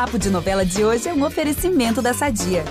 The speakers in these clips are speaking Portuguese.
Papo de Novela de hoje é um oferecimento da Sadia.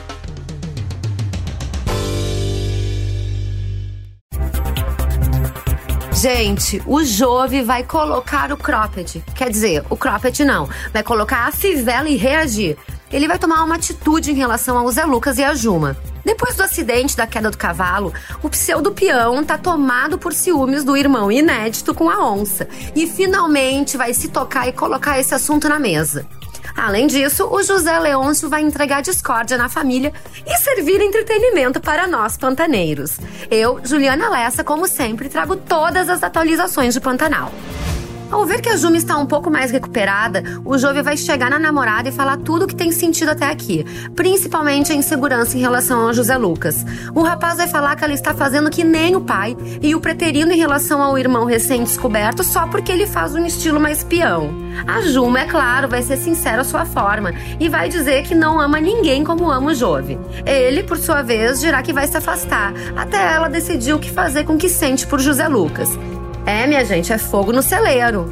Gente, o Jove vai colocar o cropped. Quer dizer, o cropped não. Vai colocar a fivela e reagir. Ele vai tomar uma atitude em relação ao Zé Lucas e a Juma. Depois do acidente da queda do cavalo, o pseudo-peão tá tomado por ciúmes do irmão inédito com a onça. E finalmente vai se tocar e colocar esse assunto na mesa. Além disso, o José Leôncio vai entregar discórdia na família e servir entretenimento para nós pantaneiros. Eu, Juliana Lessa, como sempre, trago todas as atualizações de Pantanal. Ao ver que a Juma está um pouco mais recuperada, o Jove vai chegar na namorada e falar tudo o que tem sentido até aqui, principalmente a insegurança em relação ao José Lucas. O rapaz vai falar que ela está fazendo que nem o pai e o preterindo em relação ao irmão recém-descoberto só porque ele faz um estilo mais peão. A Juma, é claro, vai ser sincera à sua forma e vai dizer que não ama ninguém como ama o Jove. Ele, por sua vez, dirá que vai se afastar, até ela decidir o que fazer com o que sente por José Lucas. Minha gente, é fogo no celeiro.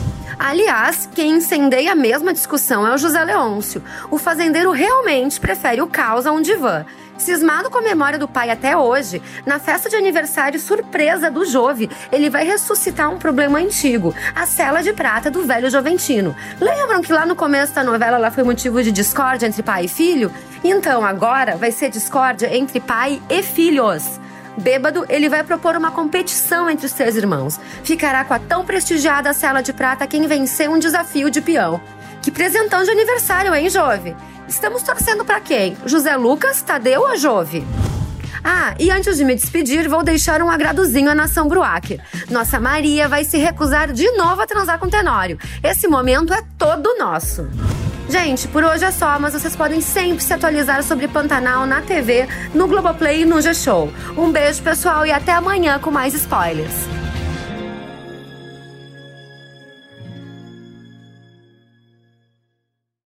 Aliás, quem incendeia a mesma discussão é o José Leôncio. O fazendeiro realmente prefere o caos a um divã. Cismado com a memória do pai até hoje, na festa de aniversário surpresa do Jove, ele vai ressuscitar um problema antigo, a cela de prata do velho Joventino. Lembram que lá no começo da novela ela foi motivo de discórdia entre pai e filho? Então agora vai ser discórdia entre pai e filhos. Bêbado, ele vai propor uma competição entre os três irmãos. Ficará com a tão prestigiada cela de prata quem vencer um desafio de peão. Que presentão de aniversário, hein, Jove? Estamos torcendo pra quem? José Lucas, Tadeu ou Jove? E antes de me despedir, vou deixar um agradozinho à nação Bruache. Nossa Maria vai se recusar de novo a transar com Tenório. Esse momento é todo nosso. Gente, por hoje é só, mas vocês podem sempre se atualizar sobre Pantanal na TV, no Globoplay e no G-Show. Um beijo, pessoal, e até amanhã com mais spoilers.